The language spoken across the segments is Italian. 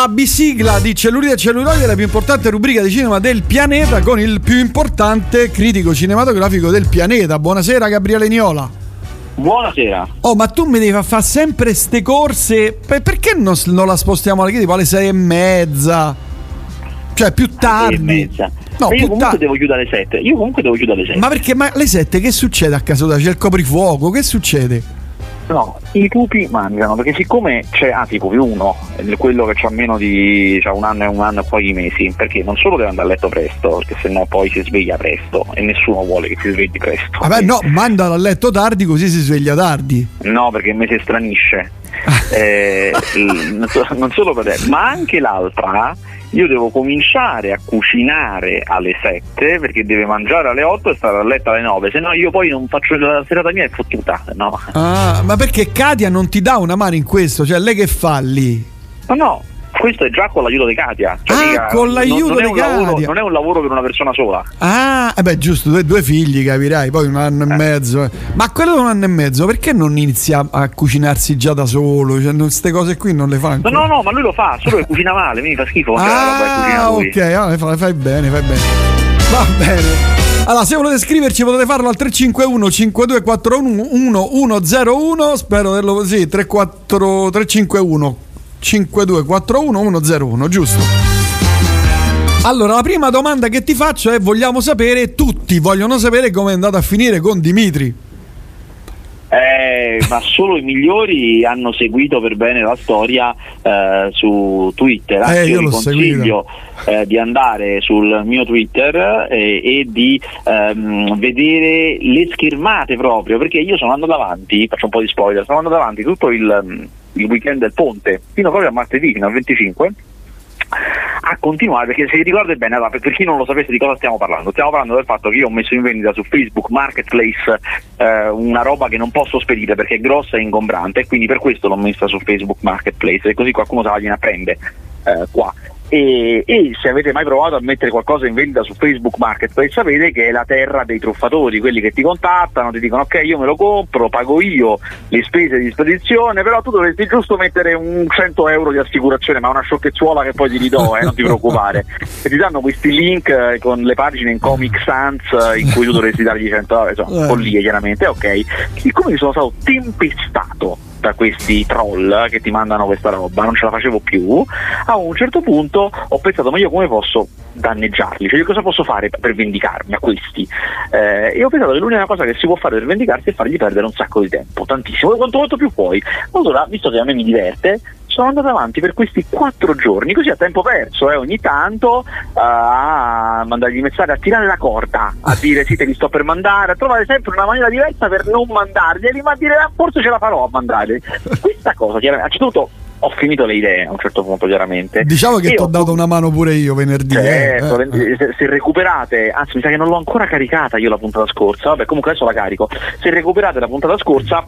La bisigla di Cellulite e Celluloide è la più importante rubrica di cinema del pianeta, con il più importante critico cinematografico del pianeta. Buonasera Gabriele Niola. Buonasera. Oh, ma tu mi devi fare sempre ste corse, perché non la spostiamo tipo alle 6:30? Cioè più tardi. 6:30. No, io comunque devo chiudere alle 7. Ma perché? Ma alle 7 che succede a casa tua? C'è il coprifuoco, che succede? No, i pupi mangiano, perché siccome c'è tipo più uno, quello che c'ha meno di un anno e pochi mesi, perché non solo deve andare a letto presto, perché sennò poi si sveglia presto e nessuno vuole che si svegli presto. Vabbè, no, mandalo a letto tardi così si sveglia tardi. No, perché mi si stranisce. Non solo per te, ma anche l'altra. Io devo cominciare a cucinare alle 7 perché deve mangiare alle 8 e stare a letto alle 9, se no io poi non faccio la serata mia, è fottuta, no? Ah, ma perché Katia non ti dà una mano in questo? Cioè lei che fa lì? No, questo è già con l'aiuto di Katia. Cioè, con l'aiuto di Katia. Non è un lavoro per una persona sola. Giusto, due figli, capirai, poi 1 anno e mezzo. Ma quello di 1 anno e mezzo, perché non inizia a cucinarsi già da solo? Cioè, queste cose qui non le fa ancora. No, ma lui lo fa, solo che cucina male, mi fa schifo. Ok, fai bene. Va bene. Allora, se volete scriverci potete farlo al 351 5241 1101. Spero di averlo così. 351 5241 101, giusto? Allora, la prima domanda che ti faccio è: tutti vogliono sapere come è andata a finire con Dimitri. Ma solo i migliori hanno seguito per bene la storia su Twitter. Io vi consiglio di andare sul mio Twitter e di vedere le schermate proprio, perché io sono andato avanti, faccio un po' di spoiler, sono andato avanti tutto il weekend del ponte fino proprio a martedì, fino al 25, a continuare, perché se vi ricordate bene, allora, per chi non lo sapesse di cosa stiamo parlando del fatto che io ho messo in vendita su Facebook Marketplace una roba che non posso spedire perché è grossa e ingombrante, e quindi per questo l'ho messa su Facebook Marketplace, e così qualcuno se la viene a prendere qua. E se avete mai provato a mettere qualcosa in vendita su Facebook Marketplace, sapete che è la terra dei truffatori, quelli che ti contattano, ti dicono ok, io me lo compro, pago io le spese di spedizione, però tu dovresti giusto mettere un 100 euro di assicurazione, ma una sciocchezzuola che poi ti ridò, non ti preoccupare. E ti danno questi link con le pagine in Comic Sans in cui tu dovresti dargli 100 euro, follie chiaramente, ok. Siccome sono stato tempestato da questi troll che ti mandano questa roba, non ce la facevo più, a un certo punto ho pensato: ma io come posso danneggiarli? Cioè, io cosa posso fare per vendicarmi a questi? E ho pensato che l'unica cosa che si può fare per vendicarsi è fargli perdere un sacco di tempo, tantissimo, quanto più puoi. Allora, visto che a me mi diverte, sono andato avanti per questi 4 giorni, così a tempo perso, ogni tanto a mandargli messaggi, a tirare la corda, a dire sì, te li sto per mandare, a trovare sempre una maniera diversa per non mandarglieli, ma a dire forse ce la farò a mandarli. Questa cosa, chiaramente, a un certo punto ho finito le idee, a un certo punto, chiaramente. Diciamo che ti ho dato una mano pure io venerdì. Certo, se recuperate, anzi mi sa che non l'ho ancora caricata io la puntata scorsa, vabbè, comunque adesso la carico. Se recuperate la puntata scorsa,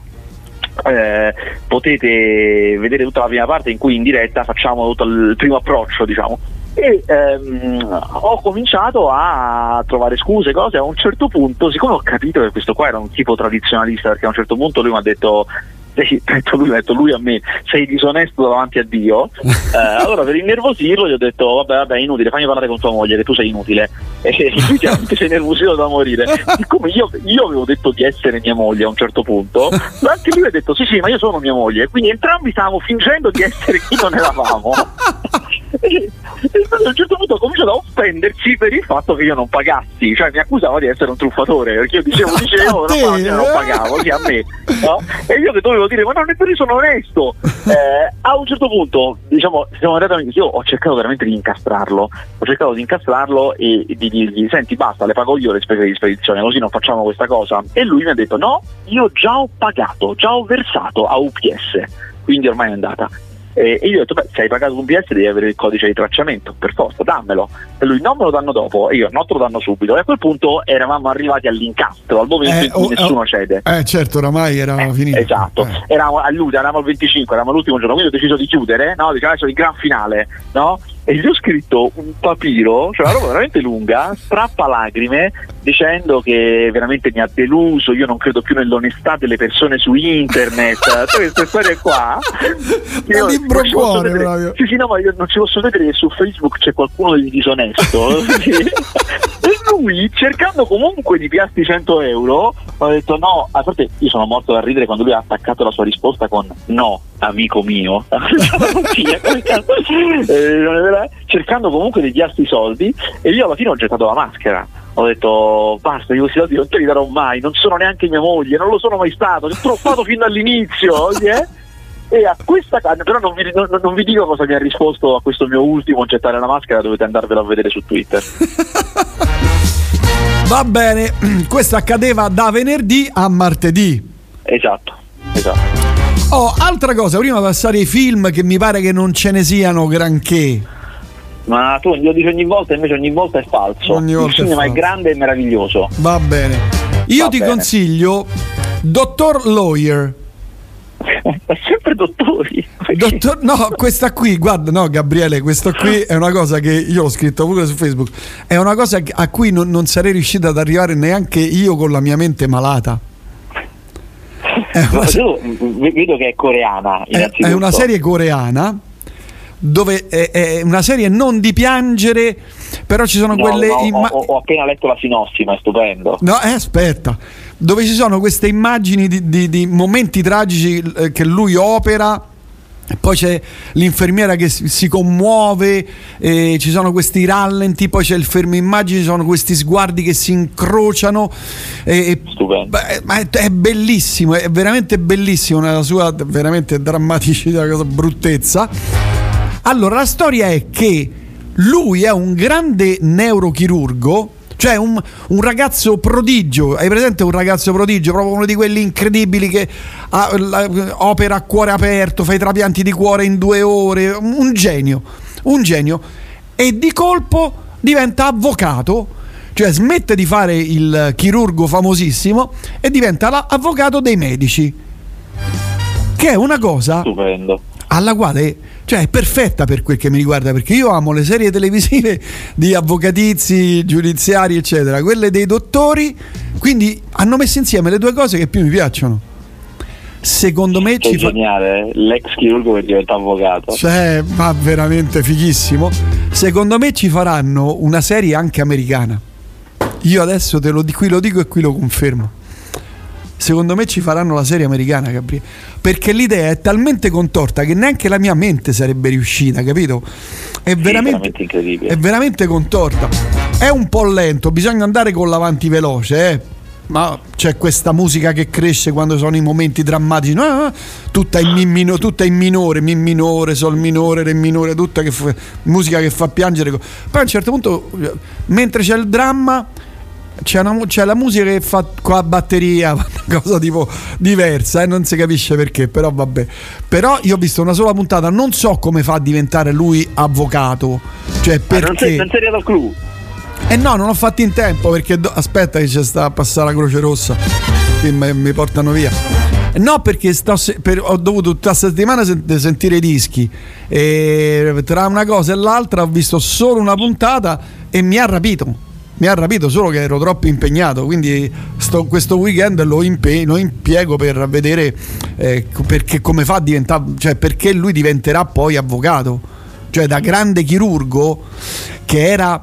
potete vedere tutta la prima parte in cui in diretta facciamo tutto il primo approccio, diciamo, e ho cominciato a trovare scuse, cose. A un certo punto, siccome ho capito che questo qua era un tipo tradizionalista, perché a un certo punto lui mi ha detto lui a me: sei disonesto davanti a Dio. Allora, per innervosirlo, gli ho detto vabbè, inutile, fammi parlare con tua moglie che tu sei inutile. E lui chiaramente si è nervosito da morire. Siccome io avevo detto di essere mia moglie a un certo punto, anche lui ha detto sì, ma io sono mia moglie, quindi entrambi stavamo fingendo di essere chi non eravamo. E a un certo punto ho cominciato a offendersi per il fatto che io non pagassi, cioè mi accusava di essere un truffatore, perché io dicevo no, io non pagavo, sì, a me, no? E io che dovevo dire: ma non è vero, io sono onesto. A un certo punto, diciamo, io ho cercato veramente di incastrarlo, e di dirgli: senti, basta, le pago io le spese di spedizione, così non facciamo questa cosa. E lui mi ha detto: no, io già ho pagato, già ho versato a UPS, quindi ormai è andata. E io ho detto: beh, se hai pagato un PS devi avere il codice di tracciamento, per forza, dammelo. E lui: non me lo danno dopo. E io: no, te lo danno subito. E a quel punto eravamo arrivati all'incastro, al momento in cui nessuno cede. Certo, oramai eravamo finiti. Esatto, eravamo al 25, eravamo all'ultimo giorno, quindi ho deciso di chiudere, no? Adesso il gran finale, no? e gli ho scritto un papiro, cioè una roba veramente lunga, strappalacrime, dicendo che veramente mi ha deluso, io non credo più nell'onestà delle persone su internet, queste storie qua. Un libro buono proprio. Sì, no, ma io non ci posso vedere che su Facebook c'è qualcuno di disonesto. E lui, cercando comunque di piarti 100 euro, ho detto no, a parte io sono morto da ridere quando lui ha attaccato la sua risposta con no, amico mio. Cercando comunque di piarti i soldi, e io alla fine ho gettato la maschera. Ho detto basta, io questi soldi non te li darò mai, non sono neanche mia moglie, non lo sono mai stato, ti ho truffato fin dall'inizio. E a questa però non vi dico cosa mi ha risposto a questo mio ultimo gettare la maschera, dovete andarvelo a vedere su Twitter. Va bene, questo accadeva da venerdì a martedì. Esatto. Altra cosa, prima di passare ai film, che mi pare che non ce ne siano granché. Ma tu lo dici ogni volta, invece ogni volta è falso. Il cinema è grande e meraviglioso. Va bene. Io ti consiglio Dottor Lawyer. Ma sempre dottori. No, questa qui, guarda, no Gabriele, questa qui è una cosa che io l'ho scritto pure su Facebook. È una cosa a cui non sarei riuscito ad arrivare neanche io con la mia mente malata. Vedo che è coreana. È una serie coreana, dove è una serie non di piangere, però ci sono quelle ho appena letto la sinossi, ma è stupendo. No, aspetta, dove ci sono queste immagini di momenti tragici che lui opera, e poi c'è l'infermiera che si commuove, ci sono questi rallenti, poi c'è il fermo immagini, ci sono questi sguardi che si incrociano, stupendo. Ma è bellissimo, è veramente bellissimo nella sua veramente drammaticità, bruttezza. Allora, la storia è che lui è un grande neurochirurgo, cioè un ragazzo prodigio. Hai presente un ragazzo prodigio? Proprio uno di quelli incredibili che opera a cuore aperto, fa i trapianti di cuore in 2 ore. Un genio. E di colpo diventa avvocato, cioè smette di fare il chirurgo famosissimo e diventa l'avvocato dei medici, che è una cosa stupendo, alla quale, cioè, è perfetta per quel che mi riguarda, perché io amo le serie televisive di avvocatizi, giudiziari, eccetera, quelle dei dottori, quindi hanno messo insieme le due cose che più mi piacciono. Secondo me è geniale, l'ex chirurgo che diventa avvocato. Cioè, ma veramente fighissimo. Secondo me ci faranno una serie anche americana. Io adesso qui lo dico e qui lo confermo. Secondo me ci faranno la serie americana, Gabriele, perché l'idea è talmente contorta che neanche la mia mente sarebbe riuscita, capito? È veramente incredibile. È veramente contorta. È un po' lento, bisogna andare con l'avanti veloce, ma c'è questa musica che cresce quando sono i momenti drammatici, tutta in minore, mi minore, sol minore, re minore, tutta musica che fa piangere. Poi a un certo punto, mentre c'è il dramma, c'è la musica che fa con la batteria, una cosa tipo diversa, non si capisce perché, però vabbè. Però io ho visto una sola puntata, non so come fa a diventare lui avvocato, cioè perché non sei arrivato al clou. No, non l'ho fatto in tempo, perché aspetta che c'è sta a passare la Croce Rossa e mi portano via. No, perché ho dovuto tutta la settimana sentire i dischi, e tra una cosa e l'altra ho visto solo una puntata e mi ha rapito, solo che ero troppo impegnato, quindi questo weekend lo impiego per vedere perché come fa a diventare, cioè perché lui diventerà poi avvocato, cioè da grande chirurgo che era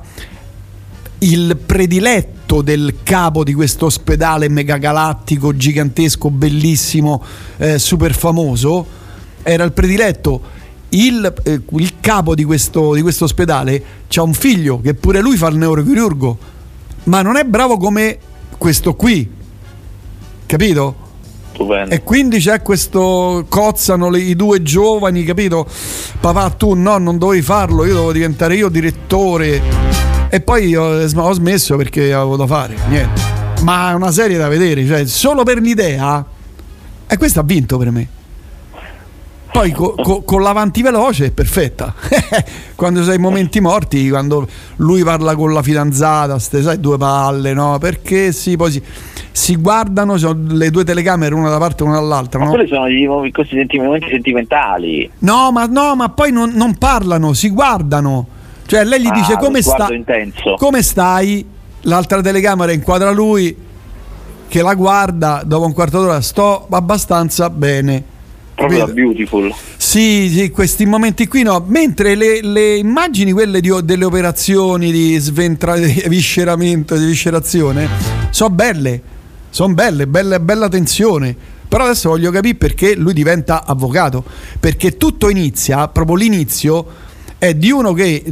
il prediletto del capo di questo ospedale megagalattico, gigantesco, bellissimo, super famoso, era il prediletto. Il capo di questo ospedale c'ha un figlio che pure lui fa il neurochirurgo, ma non è bravo come questo qui, capito? E quindi c'è questo, cozzano i due giovani, capito? Papà, tu no, non dovevi farlo, io devo diventare io direttore. E poi ho smesso perché avevo da fare, niente. Ma è una serie da vedere, cioè solo per l'idea, e questo ha vinto per me. Poi con l'avanti veloce è perfetta. Quando sei momenti morti, quando lui parla con la fidanzata, sai, 2 palle, no? Perché poi si guardano, sono le 2 telecamere, una da parte e una dall'altra. Ma no? quelli sono i momenti sentimentali. No, ma poi non parlano, si guardano. Cioè lei gli dice come stai, l'altra telecamera inquadra lui che la guarda, dopo un quarto d'ora sto abbastanza bene. Proprio da Beautiful. Sì, questi momenti qui no, mentre le immagini quelle delle operazioni di visceramento, di viscerazione sono belle, bella tensione. Però adesso voglio capire perché lui diventa avvocato, perché tutto inizia, proprio l'inizio è di uno che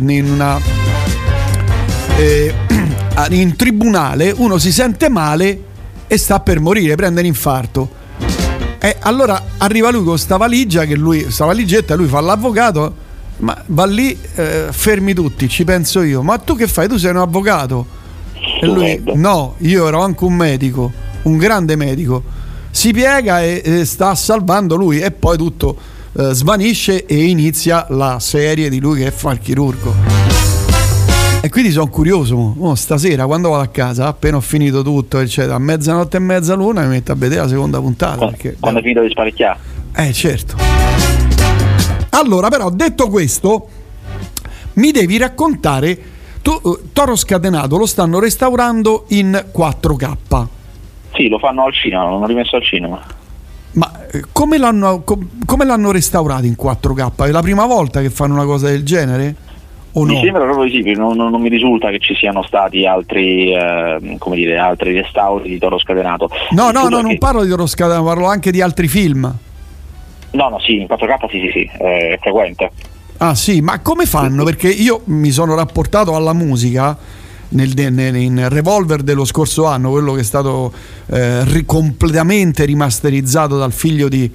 in tribunale uno si sente male e sta per morire, prende l'infarto. E allora arriva lui con sta valigetta, lui fa l'avvocato, ma va lì, fermi tutti, ci penso io. Ma tu che fai? Tu sei un avvocato? E lui, no, io ero anche un medico, un grande medico. Si piega e sta salvando lui, e poi tutto svanisce e inizia la serie di lui che fa il chirurgo. E quindi sono curioso, stasera quando vado a casa, appena ho finito tutto, eccetera, a mezzanotte e mezza l'una mi metto a vedere la seconda puntata. Quando è finito di sparecchiare? Certo. Allora, però, detto questo, mi devi raccontare, Toro Scatenato lo stanno restaurando in 4K. Sì, lo fanno al cinema, l'hanno rimesso al cinema. Ma come l'hanno restaurato in 4K? È la prima volta che fanno una cosa del genere? Mi sembra proprio di sì, non mi risulta che ci siano stati altri restauri di Toro Scatenato. No, non parlo di Toro Scatenato, parlo anche di altri film. No, sì, in 4K sì, è frequente. Ah sì, ma come fanno? Perché io mi sono rapportato alla musica in Revolver dello scorso anno, quello che è stato completamente rimasterizzato dal figlio di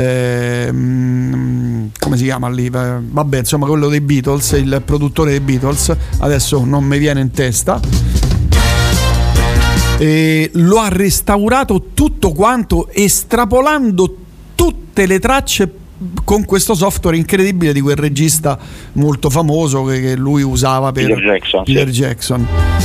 come si chiama lì? Vabbè, insomma, quello dei Beatles, il produttore dei Beatles, adesso non mi viene in testa. E lo ha restaurato tutto quanto, estrapolando tutte le tracce con questo software incredibile di quel regista molto famoso che lui usava per Peter Jackson.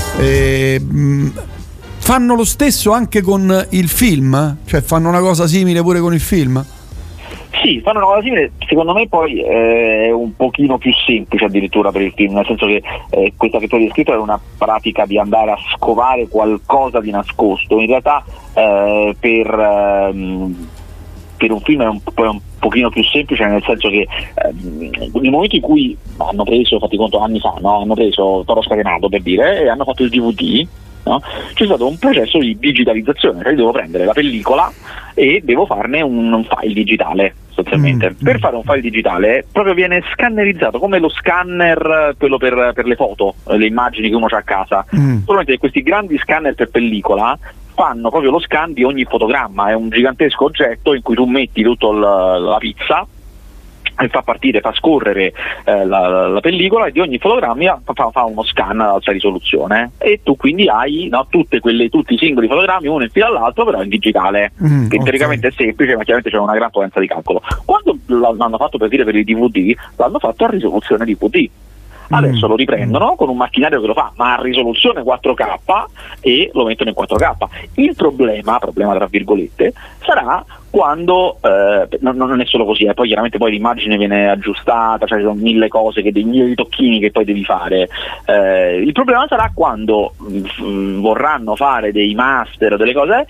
Fanno lo stesso anche con il film? Cioè fanno una cosa simile pure con il film? Sì, fanno una cosa simile, secondo me poi è un pochino più semplice addirittura per il film, nel senso che questa che tu hai descritto è una pratica di andare a scovare qualcosa di nascosto. In realtà per un film è un pochino più semplice, nel senso che nel momento in cui hanno preso, fatti conto anni fa, no? Hanno preso Toro Scatenato per dire e hanno fatto il DVD, no? C'è stato un processo di digitalizzazione, cioè devo prendere la pellicola e devo farne un file digitale sostanzialmente. Per fare un file digitale proprio viene scannerizzato come lo scanner, quello per le foto, le immagini che uno ha a casa. Solamente questi grandi scanner per pellicola fanno proprio lo scan di ogni fotogramma, è un gigantesco oggetto in cui tu metti tutta la pizza e fa scorrere la pellicola, e di ogni fotogramma fa uno scan ad alta risoluzione, e tu quindi hai tutti i singoli fotogrammi uno in fila all'altro, però in digitale, che teoricamente è semplice, ma chiaramente c'è una gran potenza di calcolo. Quando l'hanno fatto per il DVD, l'hanno fatto a risoluzione DVD. Adesso lo riprendono con un macchinario che lo fa, ma a risoluzione 4K, e lo mettono in 4K. Il problema tra virgolette, sarà quando non è solo così, poi chiaramente poi l'immagine viene aggiustata, cioè ci sono mille cose, mille tocchini che poi devi fare. Il problema sarà quando vorranno fare dei master o delle cose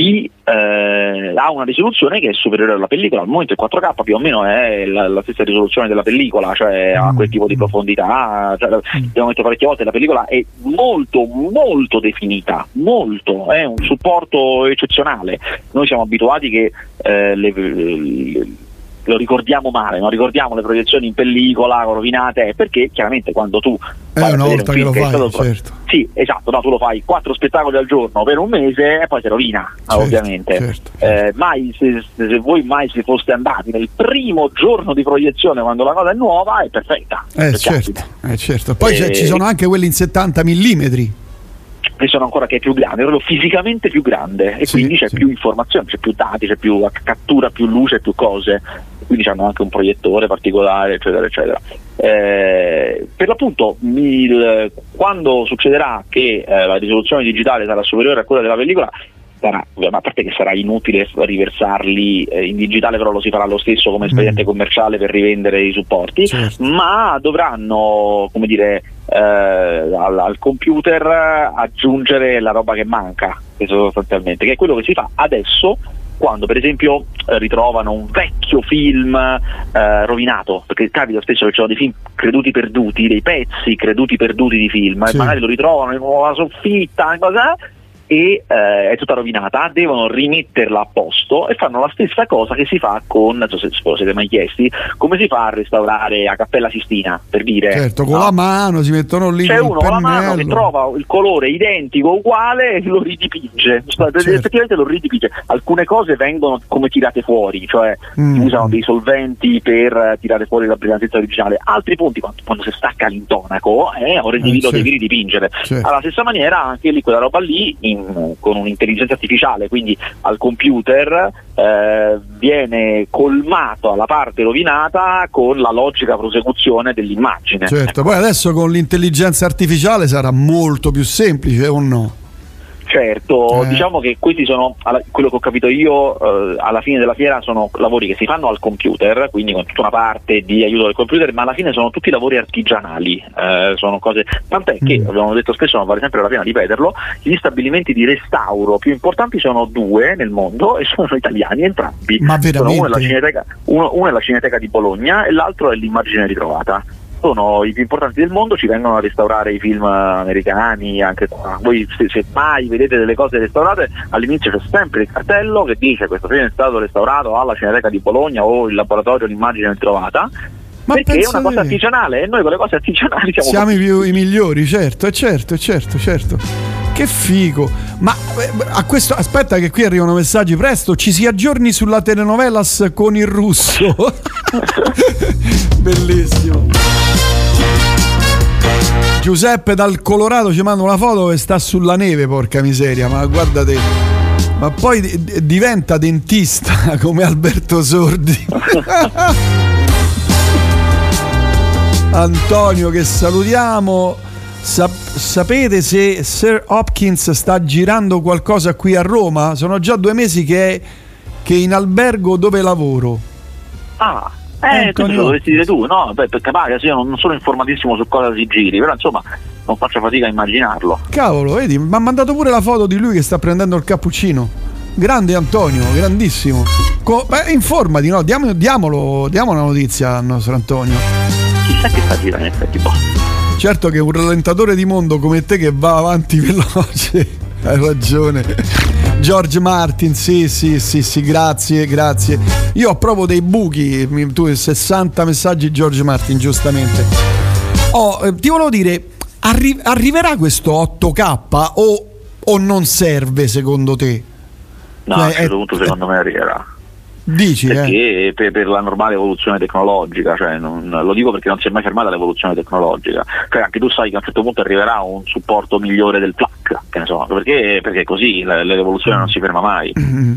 a una risoluzione che è superiore alla pellicola. Al momento il 4K più o meno è la stessa risoluzione della pellicola, cioè ha quel tipo di profondità, cioè, abbiamo detto parecchie volte, la pellicola è molto molto definita, molto, è un supporto eccezionale. Noi siamo abituati che lo ricordiamo male, non ricordiamo le proiezioni in pellicola rovinate, perché chiaramente quando tu fai una volta che lo fai, certo. Sì, esatto, tu lo fai 4 spettacoli al giorno per un mese e poi si rovina, certo, ovviamente. Certo. Mai se voi mai si foste andati nel primo giorno di proiezione, quando la cosa è nuova, è perfetta. Certo. Poi ci sono anche quelli in 70 mm. Che sono ancora, che è più grande, proprio fisicamente più grande, e quindi c'è più informazione, c'è più dati, c'è più cattura, più luce, più cose, quindi hanno anche un proiettore particolare, eccetera eccetera. Per l'appunto quando succederà che la risoluzione digitale sarà superiore a quella della pellicola, a parte che sarà inutile riversarli in digitale, però lo si farà lo stesso come espediente commerciale per rivendere i supporti, ma dovranno, come dire, al computer aggiungere la roba che manca, sostanzialmente, che è quello che si fa adesso quando per esempio ritrovano un vecchio film rovinato, perché capita spesso che ci sono dei film creduti perduti, dei pezzi creduti perduti di film, e magari lo ritrovano in una soffitta, e è tutta rovinata, devono rimetterla a posto e fanno la stessa cosa che si fa con, non so se ve lo siete mai chiesti, come si fa a restaurare a Cappella Sistina, per dire. Certo, con la mano si mettono lì. C'è uno con la mano che trova il colore identico, uguale, e lo ridipinge. Effettivamente lo ridipinge. Alcune cose vengono come tirate fuori, cioè usano dei solventi per tirare fuori la brillantezza originale. Altri punti, quando si stacca l'intonaco, lo devi ridipingere. Alla stessa maniera anche lì quella roba lì, con un'intelligenza artificiale, quindi al computer, viene colmato la parte rovinata con la logica prosecuzione dell'immagine. Certo, poi adesso con l'intelligenza artificiale sarà molto più semplice, o no? Certo, diciamo che questi sono, quello che ho capito io, alla fine della fiera sono lavori che si fanno al computer, quindi con tutta una parte di aiuto del computer, ma alla fine sono tutti lavori artigianali, sono cose, tant'è che abbiamo detto spesso, non vale sempre la pena ripeterlo, gli stabilimenti di restauro più importanti sono 2 nel mondo e sono italiani entrambi. Ma veramente? Uno è la Cineteca di Bologna e l'altro è l'Immagine Ritrovata. Sono i più importanti del mondo, ci vengono a restaurare i film americani anche qua. Voi se mai vedete delle cose restaurate, all'inizio c'è sempre il cartello che dice questo film è stato restaurato alla Cineteca di Bologna o il laboratorio L'Immagine Ritrovata, perché è una cosa artigianale e noi con le cose artigianali siamo i migliori, certo. Che figo. Ma a questo, aspetta che qui arrivano messaggi presto, ci si aggiorni sulla telenovelas con il russo. Bellissimo. Giuseppe dal Colorado ci manda una foto che sta sulla neve, porca miseria, ma guardate, ma poi diventa dentista come Alberto Sordi. Antonio che salutiamo. Sapete se Sir Hopkins sta girando qualcosa qui a Roma? Sono già 2 mesi che è in albergo dove lavoro. Questo lo dovresti dire tu, no? Perché magari io non sono informatissimo su cosa si giri, però insomma non faccio fatica a immaginarlo. Cavolo, vedi, mi ha mandato pure la foto di lui che sta prendendo il cappuccino. Grande Antonio, grandissimo. Informati, no? Diamo una notizia al nostro Antonio. Chissà che sta girando in effetti, Certo che un rallentatore di mondo come te che va avanti veloce, hai ragione. George Martin, sì, grazie. Io ho proprio dei buchi, tu 60 messaggi George Martin, giustamente. Ti volevo dire, arriverà questo 8K o non serve secondo te? No, a un certo punto secondo me arriverà. Dici, perché per la normale evoluzione tecnologica, cioè lo dico perché non si è mai fermata l'evoluzione tecnologica, cioè anche tu sai che a un certo punto arriverà un supporto migliore del FLAC, che ne so, perché così l'evoluzione non si ferma mai.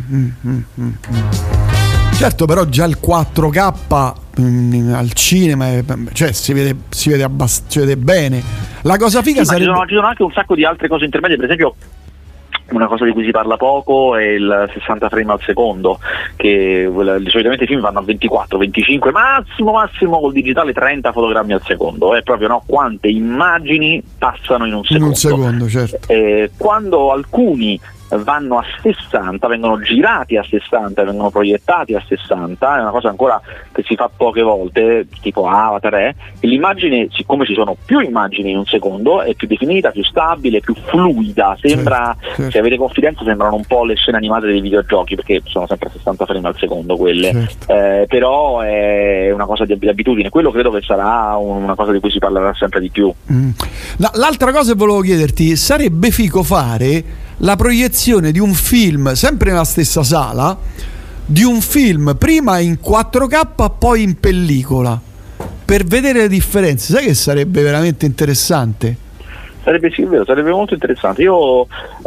Certo, però già il 4K al cinema cioè si vede bene. La cosa figa sarebbe, ci sono anche un sacco di altre cose intermedie, per esempio una cosa di cui si parla poco è il 60 frame al secondo, che solitamente i film vanno a 24, 25, massimo col digitale 30 fotogrammi al secondo, è proprio, no, quante immagini passano in un secondo. In un secondo, certo. Quando alcuni vanno a 60, vengono girati a 60, vengono proiettati a 60, è una cosa ancora che si fa poche volte, tipo Avatar, e l'immagine, siccome ci sono più immagini in un secondo, è più definita, più stabile, più fluida, sembra, certo. Se avete confidenza sembrano un po' le scene animate dei videogiochi, perché sono sempre a 60 frame al secondo quelle, certo. Però è una cosa di abitudine, quello credo che sarà una cosa di cui si parlerà sempre di più. L'altra cosa che volevo chiederti, sarebbe figo fare la proiezione di un film sempre nella stessa sala, di un film prima in 4K poi in pellicola, per vedere le differenze. Sai che sarebbe veramente interessante? Sarebbe molto interessante. Io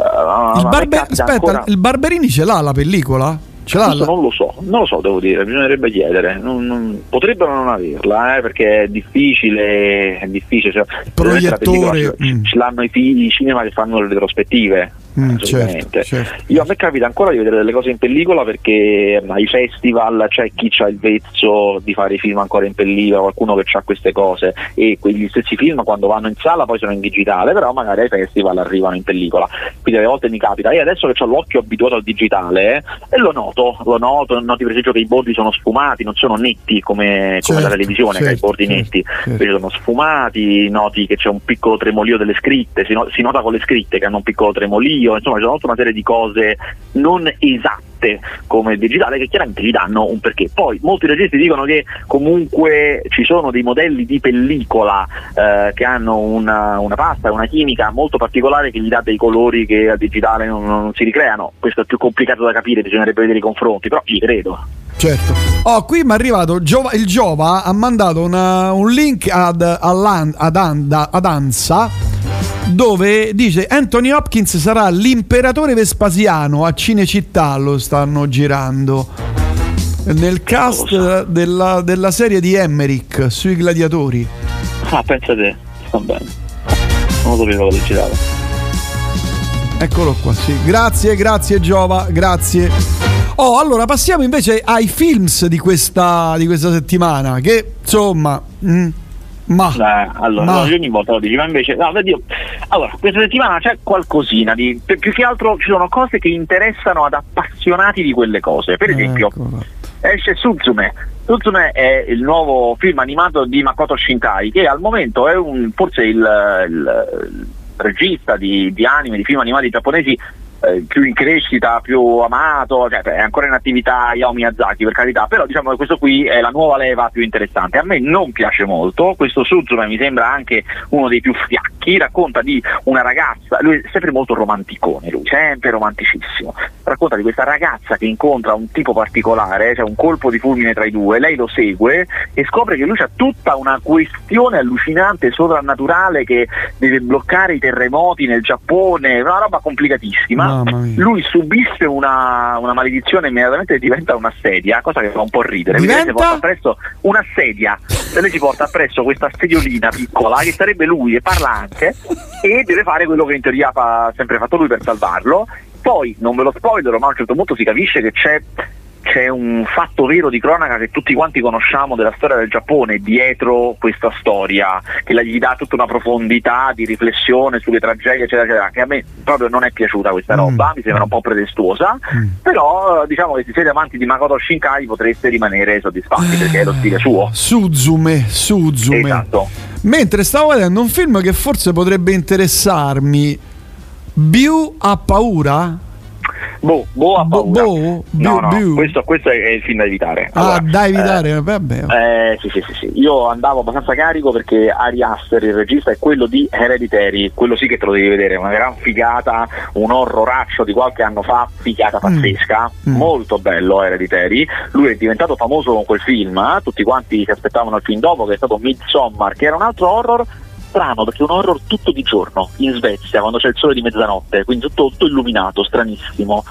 il Barberini ce l'ha la pellicola? Ce l'ha? Non lo so, devo dire, bisognerebbe chiedere. Potrebbero non averla, perché è difficile, cioè, proiettore. Ce l'hanno i cinema che fanno le retrospettive, assolutamente. Certo. A me capita ancora di vedere delle cose in pellicola, perché ai festival c'è chi c'ha il vezzo di fare i film ancora in pellicola, qualcuno che ha queste cose, e quegli stessi film quando vanno in sala poi sono in digitale, però magari ai festival arrivano in pellicola, quindi alle volte mi capita, e adesso che ho l'occhio abituato al digitale e lo noto, noti per esempio che i bordi sono sfumati, non sono netti come la televisione, che ha i bordi netti, invece sono sfumati, noti che c'è un piccolo tremolio delle scritte, si nota con le scritte che hanno un piccolo tremolio, insomma ci sono tutta una serie di cose non esatte come il digitale che chiaramente gli danno un perché. Poi molti registi dicono che comunque ci sono dei modelli di pellicola che hanno una pasta, una chimica molto particolare che gli dà dei colori che al digitale non si ricreano. Questo è più complicato da capire, bisognerebbe vedere i confronti, però gli credo. Certo. Qui mi è arrivato il Giova ha mandato un link ad ANSA, dove dice Anthony Hopkins sarà l'imperatore Vespasiano a Cinecittà, lo stanno girando nel cast della serie di Emmerich sui gladiatori. Pensa te, sta bene, non lo sapevo che l'ho girato. Eccolo qua, sì. Grazie Giova, grazie. Allora passiamo invece ai films di questa settimana, che insomma allora ogni volta lo dici, ma invece allora questa settimana c'è qualcosina di più che altro, ci sono cose che interessano ad appassionati di quelle cose. Per esempio esce Suzume è il nuovo film animato di Makoto Shinkai, che al momento è forse il regista di anime, di film animati giapponesi più in crescita, più amato, cioè è ancora in attività Hayao Miyazaki, per carità, però diciamo che questo qui è la nuova leva più interessante. A me non piace molto questo Suzume, mi sembra anche uno dei più fiacchi. Racconta di una ragazza, lui è sempre molto romanticone, lui sempre romanticissimo, racconta di questa ragazza che incontra un tipo particolare, cioè un colpo di fulmine tra i due, lei lo segue e scopre che lui c'ha tutta una questione allucinante sovrannaturale che deve bloccare i terremoti nel Giappone, una roba complicatissima. Lui subisce una maledizione, immediatamente diventa una sedia, cosa che fa un po' ridere. Lei si porta appresso una sedia, lei si porta appresso questa sediolina piccola che sarebbe lui, e parla anche, e deve fare quello che in teoria ha sempre fatto lui per salvarlo. Poi non ve lo spoilerò, ma a un certo punto si capisce che c'è un fatto vero di cronaca che tutti quanti conosciamo della storia del Giappone dietro questa storia, che gli dà tutta una profondità di riflessione sulle tragedie eccetera eccetera, che a me proprio non è piaciuta questa roba, mi sembra un po' pretestuosa, però diciamo che se siete amanti di Makoto Shinkai potreste rimanere soddisfatti perché è lo stile suo. Suzume. Esatto. Mentre stavo vedendo un film che forse potrebbe interessarmi, Biu ha paura? Bo ha paura. No, questo è il film da evitare. Allora, da evitare, vabbè. Sì. Io andavo abbastanza carico perché Ari Aster, il regista, è quello di Hereditary, quello sì che te lo devi vedere, una gran figata, un horroraccio di qualche anno fa, figata pazzesca, molto bello Hereditary. Lui è diventato famoso con quel film, tutti quanti si aspettavano il film dopo, che è stato Midsommar, che era un altro horror strano, perché è un horror tutto di giorno in Svezia quando c'è il sole di mezzanotte, quindi tutto illuminato, stranissimo,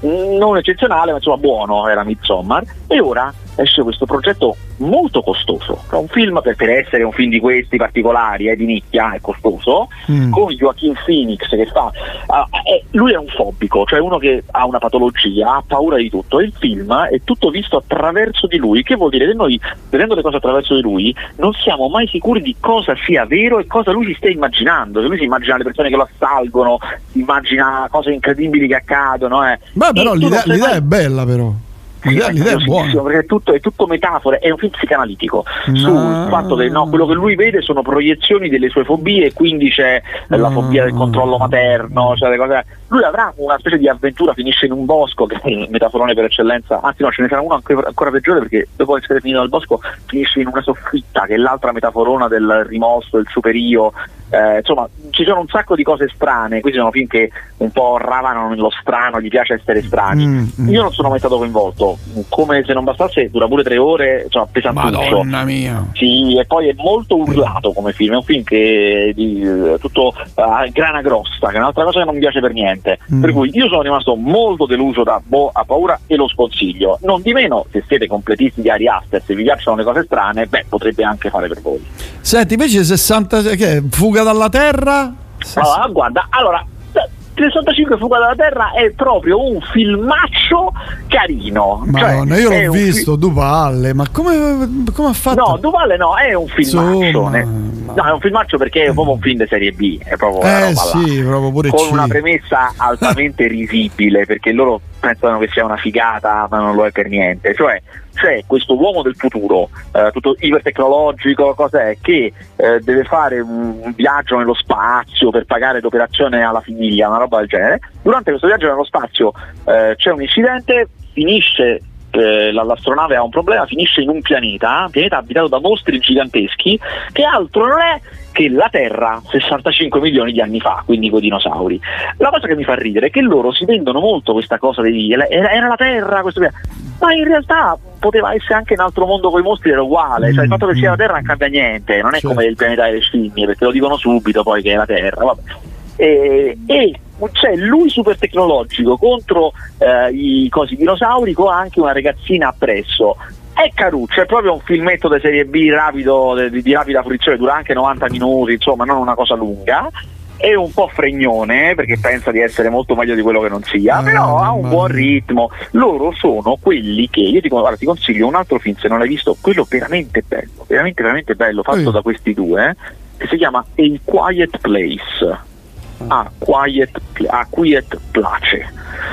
non eccezionale ma insomma buono era Midsommar. E ora esce questo progetto molto costoso, è un film per essere un film di questi particolari, di nicchia, è costoso, con Joaquin Phoenix che fa lui è un fobico, cioè uno che ha una patologia, ha paura di tutto, e il film è tutto visto attraverso di lui, che vuol dire che noi, vedendo le cose attraverso di lui, non siamo mai sicuri di cosa sia vero e cosa lui si stia immaginando, che lui si immagina le persone che lo assalgono, si immagina cose incredibili che accadono. Beh, però l'idea è bella, però. L'idea è buona, perché è tutto metafore, è un film psicanalitico sul fatto che quello che lui vede sono proiezioni delle sue fobie, e quindi c'è la fobia del controllo materno, cioè le cose. Lui avrà una specie di avventura, finisce in un bosco, che è il metaforone per eccellenza, anzi no, ce ne sarà uno ancora peggiore, perché dopo essere finito nel bosco finisce in una soffitta, che è l'altra metaforona del rimosso, del superio. Insomma, ci sono un sacco di cose strane. Questi sono film che un po' ravano nello strano, gli piace essere strani. Io non sono mai stato coinvolto, come se non bastasse dura pure 3 ore, insomma, pesantuccio. Madonna mia. Sì, e poi è molto urlato come film, è un film che è tutto grana grossa, che è un'altra cosa che non mi piace per niente. Per cui io sono rimasto molto deluso da Bo ha paura e lo sconsiglio. Non di meno, se siete completisti di Ari Aster, se vi piacciono le cose strane, potrebbe anche fare per voi. Senti, invece 60 che è? Fuga dalla Terra? Guarda, 65 Fuga dalla Terra è proprio un filmaccio carino. Madonna, io l'ho visto, Duvalle, ma come ha fatto? No, Duvalle no, è un filmaccio. No, è un filmaccio perché è proprio un film di serie B, è proprio sì, proprio pure con una premessa altamente risibile, perché loro pensano che sia una figata, ma non lo è per niente. Cioè c'è questo uomo del futuro, tutto ipertecnologico, cos'è, che deve fare un viaggio nello spazio per pagare l'operazione alla figlia, una roba del genere. Durante questo viaggio nello spazio c'è un incidente, finisce, l'astronave ha un problema, finisce in un pianeta abitato da mostri giganteschi, che altro non è che la Terra 65 milioni di anni fa, quindi con i dinosauri. La cosa che mi fa ridere è che loro si vendono molto questa cosa di era la Terra, questo ma in realtà poteva essere anche un altro mondo con i mostri, era uguale, cioè il fatto che sia la Terra non cambia niente, non è come il pianeta delle scimmie, perché lo dicono subito poi che è la Terra, vabbè. E c'è lui super tecnologico contro i dinosauri, con anche una ragazzina appresso. È caruccio, è proprio un filmetto di serie B rapido, di rapida fruizione, dura anche 90 minuti, insomma non una cosa lunga. È un po' fregnone perché pensa di essere molto meglio di quello che non sia, però ha un buon ritmo. Loro sono quelli che io dico, guarda, ti consiglio un altro film se non l'hai visto, quello veramente bello, veramente bello, fatto da questi due, che si chiama A Quiet Place. A Quiet Place.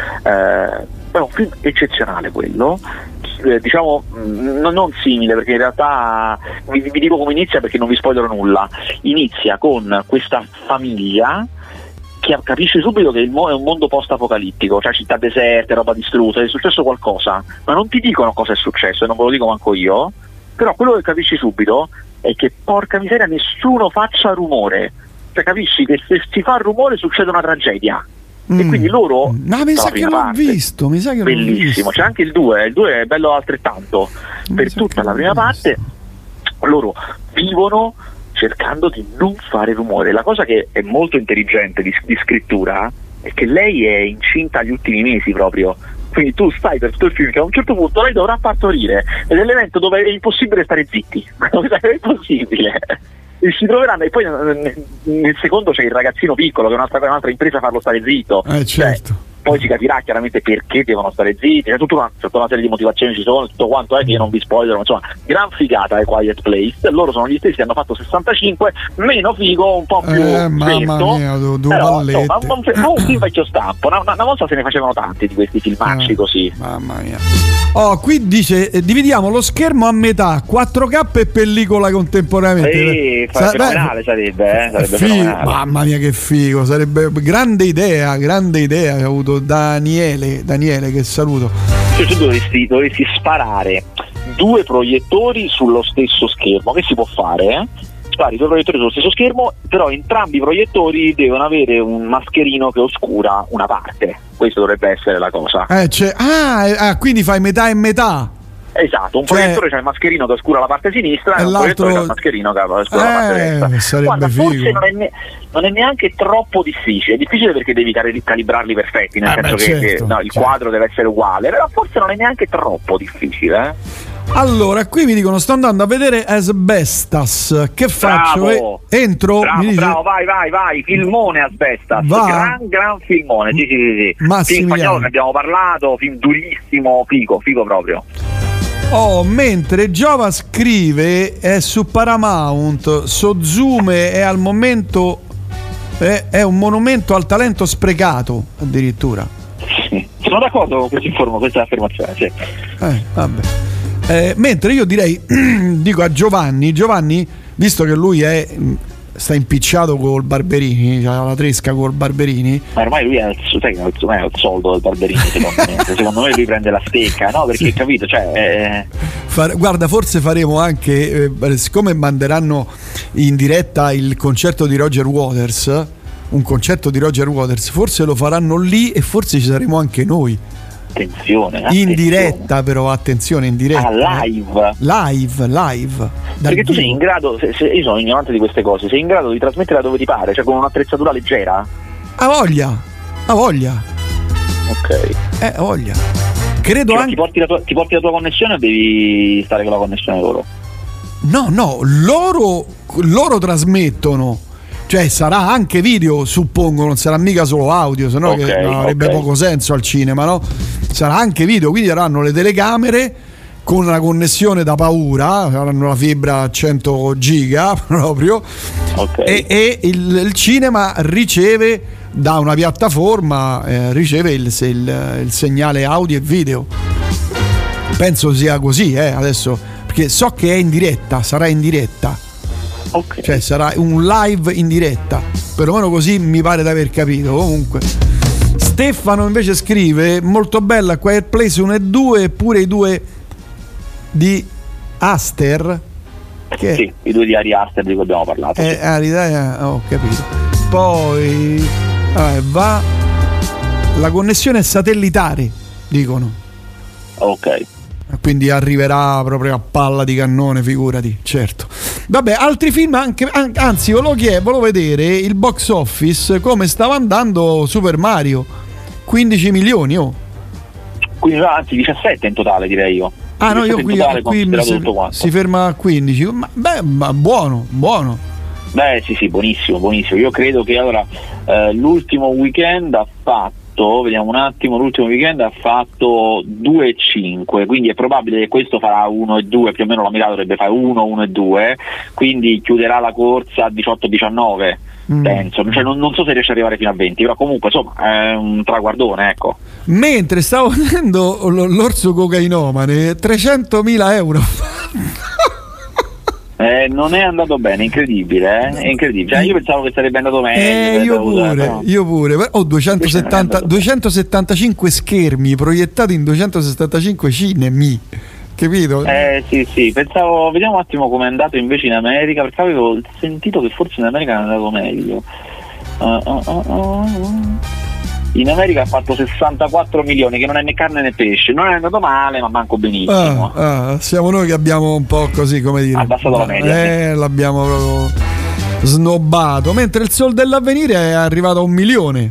È un film eccezionale quello. Diciamo non simile, perché in realtà vi dico come inizia perché non vi spoilerò nulla. Inizia con questa famiglia che capisce subito che è un mondo post-apocalittico, cioè città deserte, roba distrutta, è successo qualcosa, ma non ti dicono cosa è successo e non ve lo dico manco io, però quello che capisci subito è che porca miseria nessuno faccia rumore, cioè capisci che se si fa rumore succede una tragedia. E quindi loro mi sa che l'ho visto, bellissimo, c'è anche il 2 è bello altrettanto. Per tutta la prima parte loro vivono cercando di non fare rumore. La cosa che è molto intelligente di scrittura è che lei è incinta agli ultimi mesi proprio, quindi tu stai per tutto il film che a un certo punto lei dovrà partorire, ed è l'evento dove è impossibile stare zitti è impossibile. E si troveranno, e poi nel secondo c'è il ragazzino piccolo che è un'altra impresa a farlo stare zitto, certo. Poi si capirà chiaramente perché devono stare zitti, c'è tutta una serie di motivazioni, ci sono tutto quanto che io non vi spoilerò, insomma gran figata è Quiet Place. Loro sono gli stessi che hanno fatto 65, meno figo, un po' più mamma mia, però insomma un film vecchio stampo, una volta se ne facevano tanti di questi filmacci così. Mamma mia. Qui dice dividiamo lo schermo a metà, 4K e pellicola contemporaneamente. Fenomenale sarebbe fenomenale. Mamma mia che figo, sarebbe grande idea che ha avuto Daniele che saluto. Cioè, tu dovresti sparare 2 proiettori sullo stesso schermo, che si può fare, spari 2 proiettori sullo stesso schermo, però entrambi i proiettori devono avere un mascherino che oscura una parte. Questo dovrebbe essere la cosa. Quindi fai metà e metà. Esatto, un proiettore c'ha il mascherino che oscura la parte sinistra e un proiettore c'ha il mascherino che oscura la parte destra. Guarda, forse non è neanche troppo difficile. È difficile perché devi calibrarli perfetti, nel senso che il quadro deve essere uguale, però forse non è neanche troppo difficile. Allora, qui mi dicono sto andando a vedere Asbestas, che faccio? Entro? Bravo, vai, filmone Asbestas, gran filmone, sì. Film spagnolo, ne abbiamo parlato, film durissimo, figo proprio. Mentre Giova scrive è su Paramount, Sozume è al momento è un monumento al talento sprecato addirittura. Sì, sono d'accordo con questa affermazione, sì. Vabbè. Mentre io direi dico a Giovanni, visto che lui sta impicciato col Barberini, c'ha la tresca col Barberini, ma ormai lui è il soldo del Barberini, secondo me lui prende la stecca, no? Perché capito, cioè guarda, forse faremo anche siccome manderanno in diretta il concerto di Roger Waters, un concerto di Roger Waters, forse lo faranno lì e forse ci saremo anche noi. Attenzione. In diretta, però attenzione, in diretta. Live. Perché tu sei in grado, se io sono ignorante di queste cose, sei in grado di trasmettere da dove ti pare, cioè con un'attrezzatura leggera? Ha voglia. Ok. Ha voglia. Credo cioè, anche. Ti porti la tua connessione o devi stare con la connessione loro? No, loro trasmettono. Cioè sarà anche video, suppongo, non sarà mica solo audio, sennò avrebbe poco senso al cinema, no? Sarà anche video, quindi avranno le telecamere con una connessione da paura, avranno la fibra a 100 giga proprio, e il cinema riceve da una piattaforma, riceve il segnale audio e video. Penso sia così, adesso, perché so che è in diretta, sarà in diretta. Cioè sarà un live in diretta, perlomeno così mi pare di aver capito. Comunque Stefano invece scrive: molto bella Quiet Place 1 e 2, eppure i due di Aster, sì, i due di Ari Aster di cui abbiamo parlato, ho capito. Poi va, la connessione è satellitare, dicono, quindi arriverà proprio a palla di cannone, figurati, certo. Vabbè, altri film anzi volevo vedere il box office, come stava andando Super Mario. 15 milioni, quindi anzi 17 in totale, direi io. No, io qui si ferma a 15. Ma buono. Beh, sì, buonissimo. Io credo che allora l'ultimo weekend ha fatto, vediamo un attimo, l'ultimo weekend ha fatto 2,5, quindi è probabile che questo farà 1,2, più o meno la metà dovrebbe fare 1,2, quindi chiuderà la corsa a 18-19. Penso, cioè non so se riesce ad arrivare fino a 20, però comunque insomma è un traguardone, ecco. Mentre stavo vedendo l'orso cocainomane, 300.000 euro. Non è andato bene, incredibile, è incredibile. Cioè, io pensavo che sarebbe andato meglio. Io pure. 275 schermi proiettati in 275 cinemi. Capito? Sì, pensavo, vediamo un attimo come è andato invece in America, perché avevo sentito che forse in America è andato meglio. In America ha fatto 64 milioni, che non è né carne né pesce, non è andato male, ma manco benissimo. Siamo noi che abbiamo un po' così, come dire, abbassato la media. L'abbiamo proprio snobbato, mentre il Sol dell'Avvenire è arrivato a 1 milione.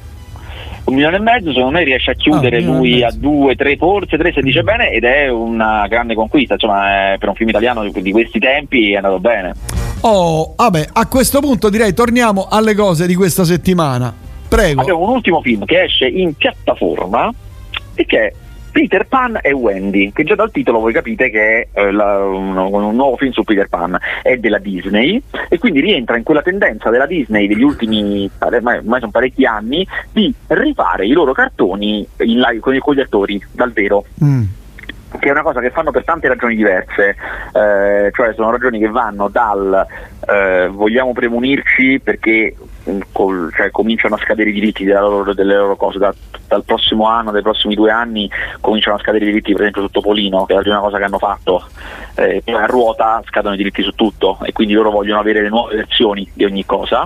1,5 milioni, secondo me riesce a chiudere lui a 2, 3, forse 3 se dice bene, ed è una grande conquista, insomma, per un film italiano di questi tempi è andato bene. Vabbè, a questo punto direi torniamo alle cose di questa settimana. Prego. Abbiamo un ultimo film che esce in piattaforma e che è Peter Pan e Wendy, che già dal titolo voi capite che è un nuovo film su Peter Pan, è della Disney e quindi rientra in quella tendenza della Disney degli ultimi, ormai sono parecchi anni, di rifare i loro cartoni in live con gli attori dal vero. Che è una cosa che fanno per tante ragioni diverse, cioè sono ragioni che vanno dal vogliamo premunirci perché cominciano a scadere i diritti delle loro cose, dal prossimo anno, dai prossimi 2 anni cominciano a scadere i diritti, per esempio su Topolino, che è la prima cosa che hanno fatto, poi a ruota scadono i diritti su tutto e quindi loro vogliono avere le nuove versioni di ogni cosa,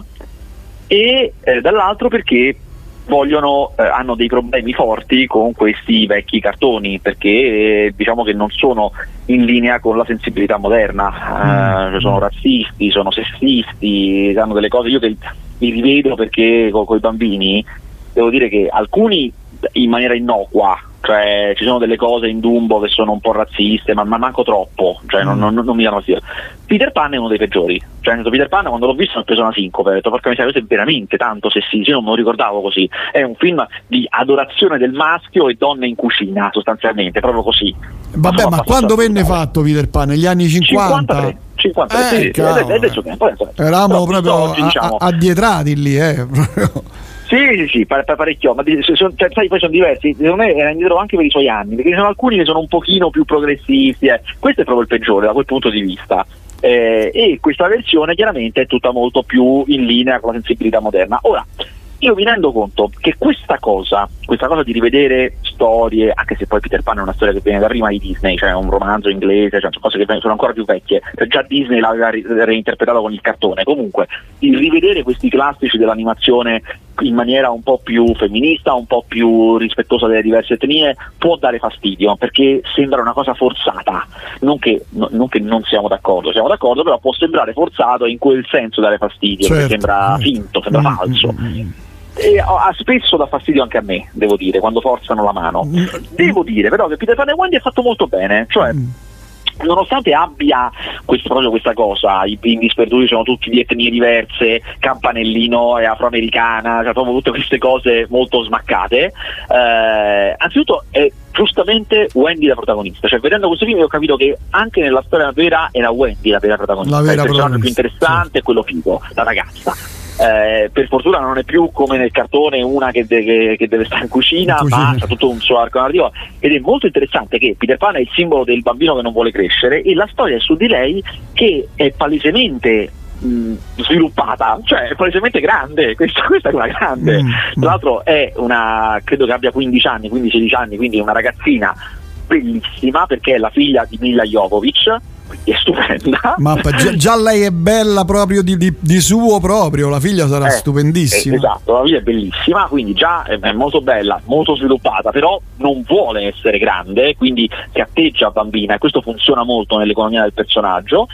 e dall'altro perché hanno dei problemi forti con questi vecchi cartoni, perché diciamo che non sono in linea con la sensibilità moderna, sono razzisti, sono sessisti, hanno delle cose, io che li rivedo perché con i bambini devo dire che alcuni in maniera innocua, cioè ci sono delle cose in Dumbo che sono un po' razziste, ma manco troppo, cioè non mi danno fastidio. Peter Pan è uno dei peggiori, cioè Peter Pan quando l'ho visto mi ho preso una sincope, ho detto porca miseria, questo è veramente tanto sessista, io non me lo ricordavo così, è un film di adorazione del maschio e donne in cucina sostanzialmente, proprio così. Vabbè, ma quando venne fatto Peter Pan? Negli anni 50? 53, sì, è del suo tempo. Eravamo proprio addietrati lì, Sì, parecchio, ma sai, poi sono diversi, secondo me era indietro anche per i suoi anni, perché ci sono alcuni che sono un pochino più progressisti, questo è proprio il peggiore da quel punto di vista, e questa versione chiaramente è tutta molto più in linea con la sensibilità moderna. Ora, io mi rendo conto che questa cosa di rivedere storie, anche se poi Peter Pan è una storia che viene da prima di Disney, cioè un romanzo inglese, cioè cose che sono ancora più vecchie, cioè già Disney l'aveva reinterpretato con il cartone. Comunque il rivedere questi classici dell'animazione in maniera un po' più femminista, un po' più rispettosa delle diverse etnie, può dare fastidio, perché sembra una cosa forzata, non che non siamo d'accordo, però può sembrare forzato in quel senso dare fastidio, certo, perché sembra finto, sembra falso. E spesso dà fastidio anche a me, devo dire, quando forzano la mano. Devo dire però che Peter Pan e Wendy è fatto molto bene, cioè nonostante abbia proprio questa cosa, i bimbi sperduti sono tutti di etnie diverse, Campanellino è afroamericana, cioè proprio tutte queste cose molto smaccate, anzitutto è giustamente Wendy la protagonista, cioè vedendo questo film io ho capito che anche nella storia vera era Wendy la vera protagonista, il personaggio più interessante è quello figo, la ragazza. Per fortuna non è più come nel cartone una che deve stare in cucina, ma c'ha tutto un suo arco narrativo, ed è molto interessante che Peter Pan è il simbolo del bambino che non vuole crescere e la storia è su di lei che è palesemente sviluppata, cioè è palesemente grande, questa è quella grande. Tra l'altro è credo che abbia 15 anni, 15-16 anni, quindi è una ragazzina bellissima perché è la figlia di Milla Jovovich, quindi è stupenda. Ma già lei è bella proprio di suo proprio, la figlia sarà stupendissima. Esatto, la figlia è bellissima, quindi già è molto bella, molto sviluppata, però non vuole essere grande, quindi si atteggia bambina e questo funziona molto nell'economia del personaggio.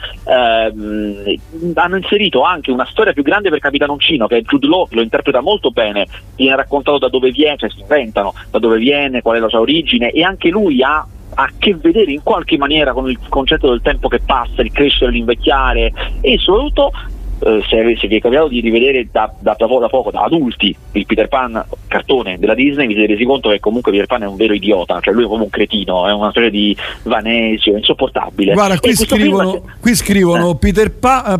Hanno inserito anche una storia più grande per Capitanoncino, che è Jude Law, che lo interpreta molto bene, viene raccontato da dove viene, cioè si inventano da dove viene, qual è la sua origine, e anche lui ha a che vedere in qualche maniera con il concetto del tempo che passa, il crescere, l'invecchiare, e soprattutto se vi è capitato di rivedere da poco da adulti il Peter Pan cartone della Disney, vi siete resi conto che comunque Peter Pan è un vero idiota, cioè lui è come un cretino, è una storia di Vanesio insopportabile. Guarda, qui scrivono Peter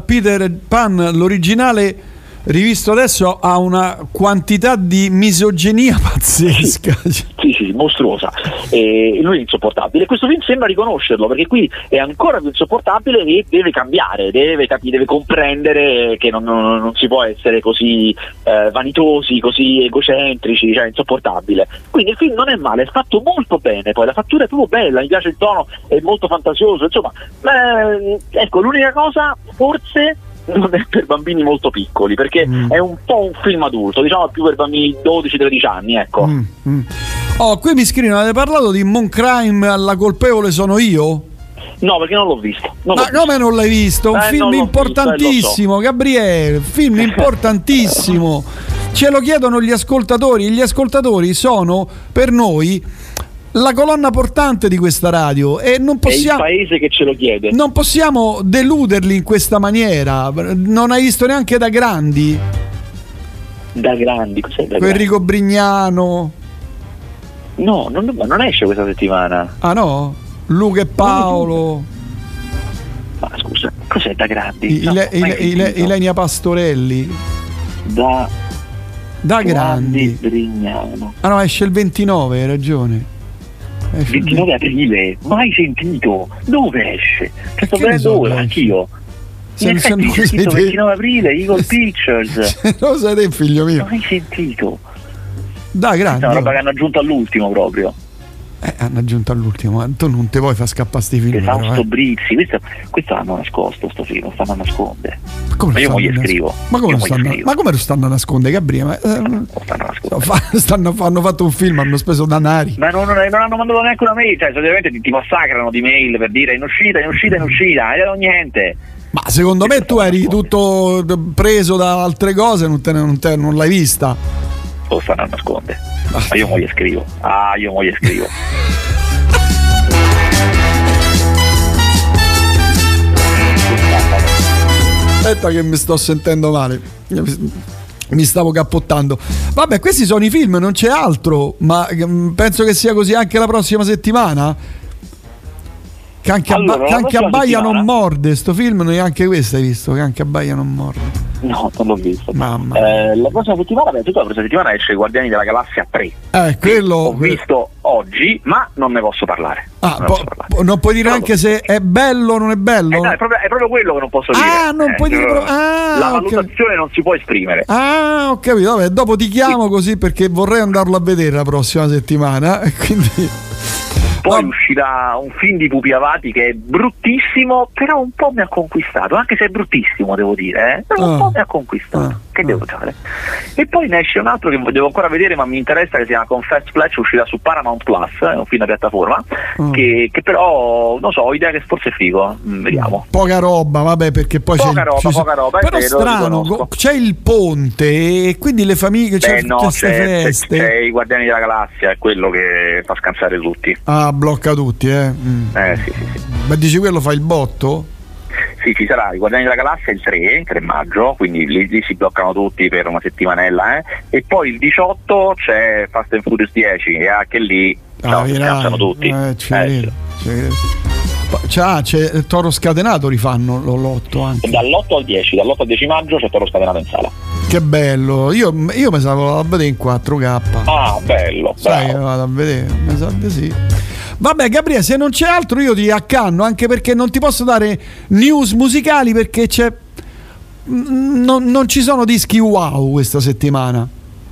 Pan l'originale rivisto adesso ha una quantità di misoginia pazzesca. Sì, mostruosa. Lui è insopportabile. Questo film sembra riconoscerlo, perché qui è ancora più insopportabile e deve cambiare, deve comprendere che non si può essere così vanitosi, così egocentrici, cioè insopportabile. Quindi il film non è male, è fatto molto bene, poi la fattura è proprio bella, mi piace il tono, è molto fantasioso, insomma, ecco, l'unica cosa forse non è per bambini molto piccoli, perché è un po' un film adulto, diciamo più per bambini 12-13 anni, ecco. Qui mi scrivono, avete parlato di Mon Crime, alla colpevole sono io? No, perché non l'ho visto. Come non l'hai visto? Un film importantissimo, Gabriele, film importantissimo. Ce lo chiedono gli ascoltatori, e gli ascoltatori sono per noi la colonna portante di questa radio e non possiamo, è il paese che ce lo chiede. Non possiamo deluderli in questa maniera. Non hai visto neanche Da Grandi? Da Grandi, cos'è Da Grandi? Enrico Brignano. No, non esce questa settimana. Ah no? Luca e Paolo. Ma scusa, cos'è Da Grandi? Ilenia Pastorelli. Da Grandi. Brignano. Ah no, esce il 29, hai ragione. 29 aprile, mai sentito. Dove esce? Che sto vedendo ora, anch'io. In effetti c'è scritto 29 aprile, Eagle Pictures. Lo sai te, figlio mio. Mai sentito. Da Grandi. È una roba che hanno aggiunto all'ultimo proprio. Hanno aggiunto all'ultimo, tu non te vuoi far scappare sti film. Fausto Brizzi, questo l'hanno nascosto, sto film, lo stanno a nascondere. Ma io mo gli scrivo. Ma come lo stanno a nascondere, Gabriele? Hanno fatto un film, hanno speso danari. Ma non hanno mandato neanche una mail, cioè solitamente ti massacrano di mail per dire in uscita, e non niente. Ma secondo me tu eri tutto preso da altre cose, non l'hai vista. Lo stanno a nascondere. Ma io mo gli scrivo. Aspetta che mi sto sentendo male. Mi stavo cappottando. Vabbè, questi sono i film, non c'è altro. Ma penso che sia così anche la prossima settimana. Che anche Abbaia non morde. Sto film neanche questo hai visto. Che anche Abbaia non morde. No, non l'ho visto. Mamma. La prossima settimana esce Guardiani della Galassia 3. Quello ho visto oggi, ma non ne posso parlare. Non puoi dire neanche se è bello o non è bello? No, è proprio quello che non posso dire. Non puoi dire la valutazione non si può esprimere. Ho capito. Vabbè, dopo ti chiamo così perché vorrei andarlo a vedere la prossima settimana. E quindi. Poi uscirà un film di Pupi Avati che è bruttissimo, però un po' mi ha conquistato, anche se è bruttissimo devo dire, però un po' mi ha conquistato. Che devo fare? E poi ne esce un altro che devo ancora vedere, ma mi interessa, che si chiama Confess Fletch, uscirà su Paramount Plus, è un film a piattaforma, che però non so, ho idea che forse è figo, vediamo. Poca roba, vabbè, perché poi poca roba, però strano, c'è il ponte e quindi le famiglie, c'è feste. C'è i Guardiani della Galassia, è quello che fa scansare tutti. Blocca tutti, Sì. Ma dici quello fa il botto? Sì, ci sarà i Guardiani della Galassia il 3 maggio, quindi lì si bloccano tutti per una settimanella, e poi il 18 c'è Fast and Furious 10 e anche lì scansano tutti. C'è Toro Scatenato, rifanno l'8 anche. Dall'8 al 10 maggio c'è Toro Scatenato in sala. Che bello, io mi sa a vedere in 4K. Ah, bello. Sai, vado a vedere, mi sa di sì. Vabbè, Gabriele, se non c'è altro io ti accanno, anche perché non ti posso dare news musicali perché non ci sono dischi wow questa settimana.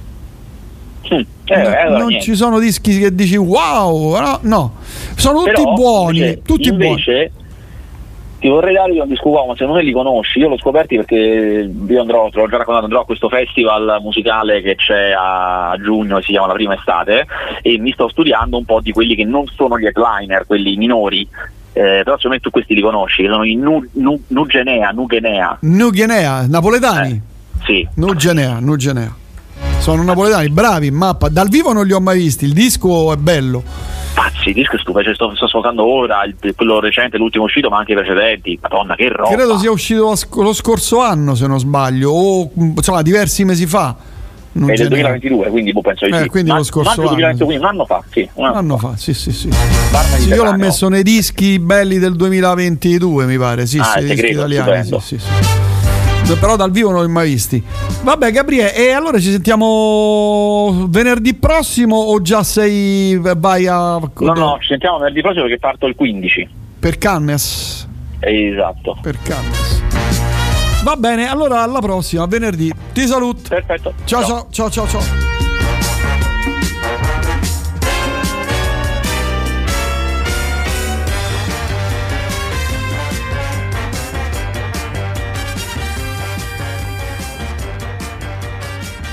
Non ci sono dischi che dici wow, no. Sono tutti buoni, invece, tutti buoni. Ti vorrei dare un disco wow, ma se non li conosci, io l'ho scoperti perché io andrò, te l'ho già raccontato, andrò a questo festival musicale che c'è a giugno, si chiama La Prima Estate, e mi sto studiando un po' di quelli che non sono gli headliner, quelli minori. Però secondo me tu questi li conosci, che sono i Nugenea, napoletani? Sì. Nugenea. Sono napoletani, bravi in mappa. Dal vivo non li ho mai visti, il disco è bello. Pazzi, il disco è stupendo, sto ascoltando ora quello recente, l'ultimo uscito, ma anche i precedenti. Madonna, che roba! Credo sia uscito lo scorso anno, se non sbaglio, o insomma diversi mesi fa. È del 2022, quindi penso di sì. Quindi lo scorso anno. 2022, un anno fa, sì. Un anno fa, sì. Io l'ho messo nei dischi belli del 2022, mi pare, sì, dischi italiani, sì. Però dal vivo non li ho mai visti. Vabbè, Gabriele, e allora ci sentiamo venerdì prossimo o già vai a... No, ci sentiamo venerdì prossimo perché parto il 15 per Cannes. Esatto, per Cannes. Va bene, allora alla prossima, venerdì. Ti saluto. Perfetto. Ciao.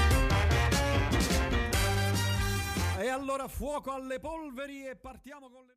Fuoco alle polveri e partiamo con le...